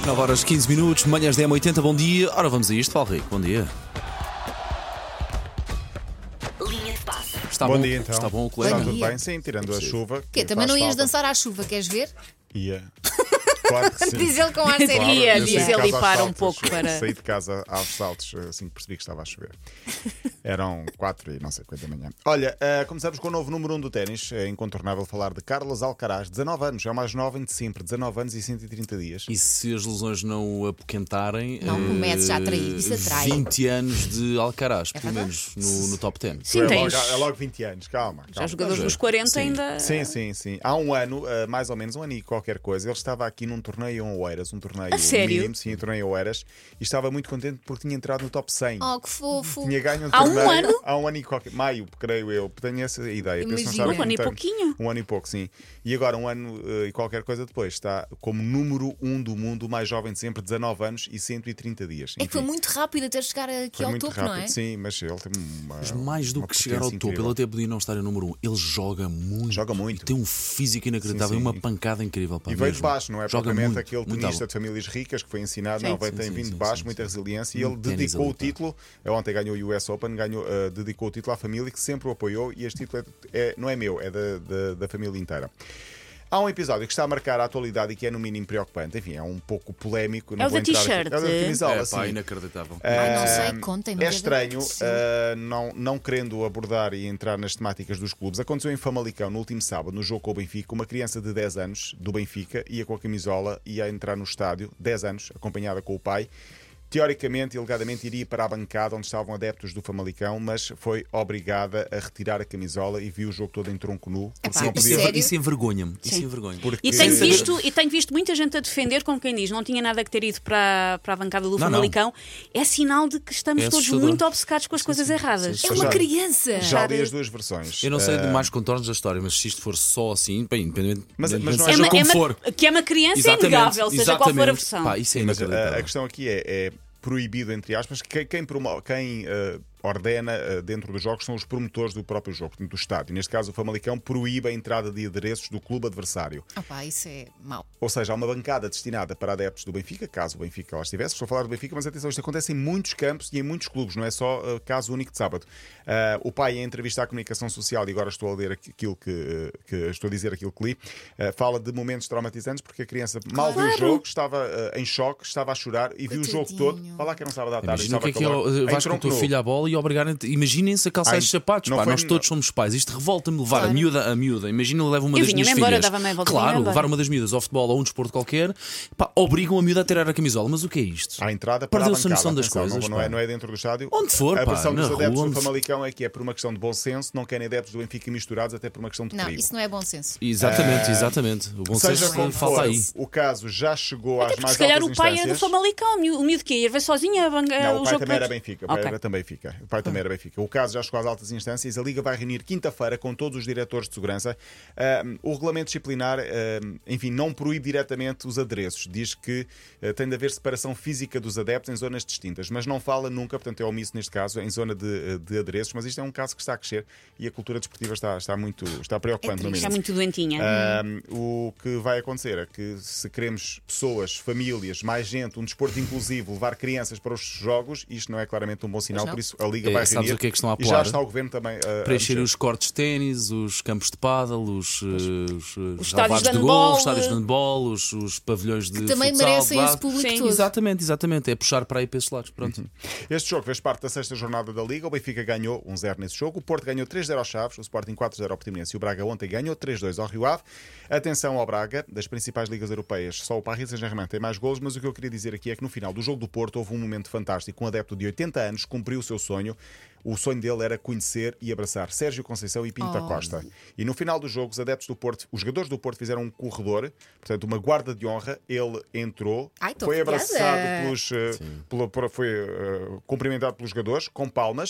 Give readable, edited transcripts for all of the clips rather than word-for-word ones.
9 horas 15 minutos, manhãs 10h80, bom dia. Ora, vamos a isto, Paulo Rico, bom dia. Linha de passe. Está Bom bom, dia, então. está bom o Está colega? tudo dia. bem? Sim, tirando a chuva. Quê? Também não faz ias falta. dançar à chuva, queres ver? Ia. Claro que sim. Diz ele com ar sério. Ia, Eu saí diz de ele casa e aos para um saltos, pouco para. Saí de casa aos saltos assim que percebi que estava a chover. Eram 4 e não sei quanto da manhã. Olha, começamos com o novo número 1 do ténis. É incontornável falar de Carlos Alcaraz, 19 anos, é o mais jovem de sempre, 19 anos e 130 dias. E se as lesões não o apoquentarem, Não comece já a trair, isso atrai. 20 anos de Alcaraz, pelo verdade? menos no top 10. Sim, é, tens. logo 20 anos, calma. Já jogadores dos 40 ainda. Sim. Há um ano, mais ou menos um ano e qualquer coisa, ele estava aqui num torneio em Oeiras, um torneio A sério? mínimo, sim, um torneio em Oeiras, e estava muito contente porque tinha entrado no top 100. Oh, que fofo. Tinha ganho um Há um torneio ano? há um ano e qualquer, maio, creio eu, tenho essa ideia. Penso que não Imagina. estava Um ano e tanto. pouquinho. Um ano e pouco, sim. E agora, um ano e qualquer coisa depois, está como número 1 do mundo, o mais jovem de sempre, 19 anos e 130 dias. É que foi Enfim, muito rápido até chegar aqui foi ao muito topo, rápido, não é? sim, mas ele tem uma. Mas mais do uma que chegar ao potência topo, incrível. ele até podia não estar em número 1. Ele joga muito. Joga muito. E tem um físico inacreditável Sim, e sim. uma pancada incrível. Pá, E veio de mesmo. baixo, não é Joga propriamente muito, aquele muito tenista bom. de famílias ricas que foi ensinado, Sim. não, tem Sim, vindo sim, de baixo, sim, muita sim. resiliência e ele Ténis dedicou ali, o pá. título, ontem ganhou o US Open, dedicou o título à família que sempre o apoiou e este título não é meu, é da família inteira. Há um episódio que está a marcar a atualidade e que é no mínimo preocupante, enfim, é um pouco polémico. Não É o vou da entrar aqui. t-shirt. É o da camisola, É, sim. pá, inacreditável. Ai, não sei, contem-me. É o que estranho, aconteceu. não querendo abordar e entrar nas temáticas dos clubes. Aconteceu em Famalicão no último sábado, no jogo com o Benfica, uma criança de 10 anos do Benfica ia com a camisola, ia entrar no estádio, 10 anos, acompanhada com o pai. Teoricamente e alegadamente iria para a bancada onde estavam adeptos do Famalicão, mas foi obrigada a retirar a camisola e viu o jogo todo em tronco nu. Porque Epá, não podia. sério? Isso envergonha-me. Isso Sim. envergonha. Porque- E tenho visto muita gente a defender, como quem diz, não tinha nada que ter ido para a bancada do Não, Famalicão. É sinal de que estamos É todos assustador. muito obcecados com as coisas erradas. É uma criança. Já li as duas versões. Eu não sei de mais contornos da história, mas se isto for só assim, bem, independente, Mas não seja é- como for. Que é uma criança, é Exatamente, inegável, seja qual for a exatamente. versão. Pá, isso é Mas inacreditável. a questão aqui é proibido, entre aspas, quem ordena dentro dos jogos são os promotores do próprio jogo, portanto, do estádio. Neste caso, o Famalicão proíbe a entrada de adereços do clube adversário. Opá, isso é mau. Ou seja, há uma bancada destinada para adeptos do Benfica, caso o Benfica lá estivesse. Estou a falar do Benfica, mas atenção, isto acontece em muitos campos e em muitos clubes, não é só caso único de sábado. O pai, em entrevista à comunicação social, e agora estou a ler aquilo que estou a dizer aquilo que li, fala de momentos traumatizantes porque a criança mal viu o jogo, estava em choque, estava a chorar e viu o jogo todo. Coitadinho. Fala que era um sábado à tarde. Imagina o que é que estava calor, em vais com o tronco teu nu. filho à bola e obrigarem. Imaginem-se a calçar Ai, estes sapatos. não Pá, foi- nós todos somos pais. Isto revolta-me levar Claro. a miúda. Imagina levar uma Eu das minhas vinha-me embora, filhas. dava-me a volta, Claro, vinha-me embora. levar uma das miúdas ao futebol ou a um desporto qualquer. Pá, obrigam a miúda a tirar a camisola. Mas o que é isto? À entrada para a Perdeu-se a bancada. noção das Atenção, coisas. não pá. é dentro do estádio. Onde for, A pá, versão na dos adeptos rua, do onde- Famalicão é que é por uma questão de bom senso, não querem adeptos do Benfica misturados, até por uma questão de Não, perigo. isso não é bom senso. Exatamente. O bom Seja senso como falta for, aí. o caso já chegou às Porque mais se calhar altas o pai era do instâncias. Famalicão, o miúdo que ia ver sozinho Não, o o pai jogo também era todo. Benfica. O pai Ok. era também Benfica. O pai também era Benfica. O caso já chegou às altas instâncias. A Liga vai reunir quinta-feira com todos os diretores de segurança. O regulamento disciplinar, enfim, não proíbe diretamente os adereços. Diz que tem de haver separação física dos adeptos em zonas distintas, mas não fala nunca, portanto é omisso neste caso, em zona de adereços. Mas isto é um caso que está a crescer e a cultura desportiva está preocupante no Está mínimo. muito doentinha. O que vai acontecer é que se queremos pessoas, famílias, mais gente, um desporto inclusivo, levar crianças para os jogos, isto não é claramente um bom sinal, Pois não. por isso a Liga É, vai sabes reunir o que é que estão a e já apelar? está o Governo também a Preencher mexer. os cortes de ténis, os campos de pádel, os estádios relevados de de handball, golfe, os estádios de handball, os pavilhões de Também futsal, merecem de esse público Sim. todo. Exatamente. É puxar para aí para esses lados. Pronto. Este jogo fez parte da sexta jornada da Liga. O Benfica ganhou 1-0 nesse jogo. O Porto ganhou 3-0 ao Chaves. O Sporting 4-0 ao Portimonense. E o Braga ontem ganhou 3-2 ao Rio Ave. Atenção ao Braga. Das principais ligas europeias, só o Paris Saint-Germain tem mais golos. Mas o que eu queria dizer aqui é que no final do jogo do Porto houve um momento fantástico. Um adepto de 80 anos cumpriu o seu sonho. O sonho dele era conhecer e abraçar Sérgio Conceição e Pinto da Costa. E no final do jogo, os adeptos do Porto, os jogadores do Porto fizeram um corredor, portanto, uma guarda de honra. Ele entrou, Ai, tô foi curiosa. abraçado foi cumprimentado pelos jogadores, com palmas.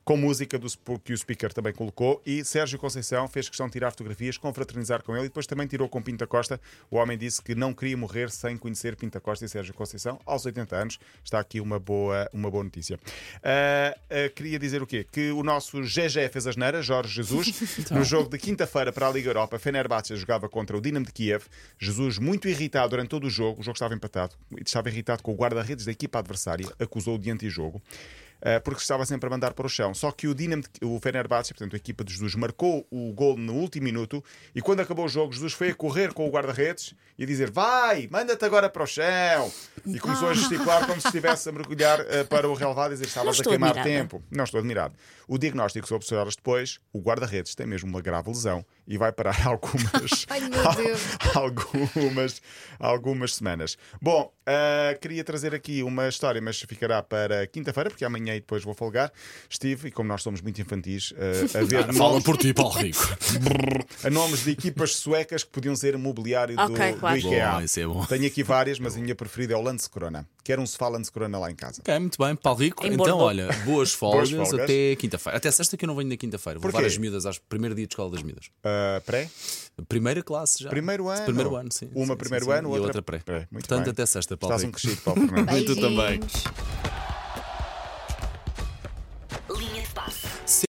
com música que o speaker também colocou, e Sérgio Conceição fez questão de tirar fotografias, confraternizar com ele e depois também tirou com Pinto Costa. O homem disse que não queria morrer sem conhecer Pinto Costa e Sérgio Conceição aos 80 anos. Está aqui uma boa notícia. Queria dizer o quê? Que o nosso GG fez as neiras, Jorge Jesus, Então. no jogo de quinta-feira para a Liga Europa. Fenerbahçe jogava contra o Dinamo de Kiev. Jesus, muito irritado durante todo o jogo estava empatado, estava irritado com o guarda-redes da equipa adversária, acusou-o de antijogo. Porque estava sempre a mandar para o chão. Só que o Fenerbahçe, portanto a equipa de Jesus, marcou o gol no último minuto e quando acabou o jogo, Jesus foi a correr com o guarda-redes e a dizer: vai, manda-te agora para o chão. E começou a gesticular como se estivesse a mergulhar para o relevado e dizer: estavas a estou queimar admirada. tempo. Não estou admirado. O diagnóstico soube horas depois, o guarda-redes tem mesmo uma grave lesão e vai parar algumas Ai, meu Deus. algumas semanas. Bom, queria trazer aqui uma história, mas ficará para quinta-feira, porque amanhã e depois vou folgar. Estive, e como nós somos muito infantis, a ver Fala por ti, Paulo Rico. a nomes de equipas suecas que podiam ser mobiliário Ok, do claro. IKEA. Bom, isso é bom. Tenho aqui várias, mas a minha preferida é o Landskrona. Quero um sofá Landskrona lá em casa. Ok, muito bem, Paulo Rico. Em Então, Bordeaux. olha, boas folgas, folgas. até quinta-feira. Até sexta que eu não venho na quinta-feira. Vou Porquê? levar as miúdas ao primeiro dia de escola das miúdas. Pré? Primeira classe já. Primeiro ano? Primeiro ano, sim. Uma Sim, primeiro sim, sim. ano, e outra outra pré. pré. Muito Portanto, bem. até sexta, Paulo Estás um Rico. crescido, Paulo Fernando. Tu também. Beijinhos.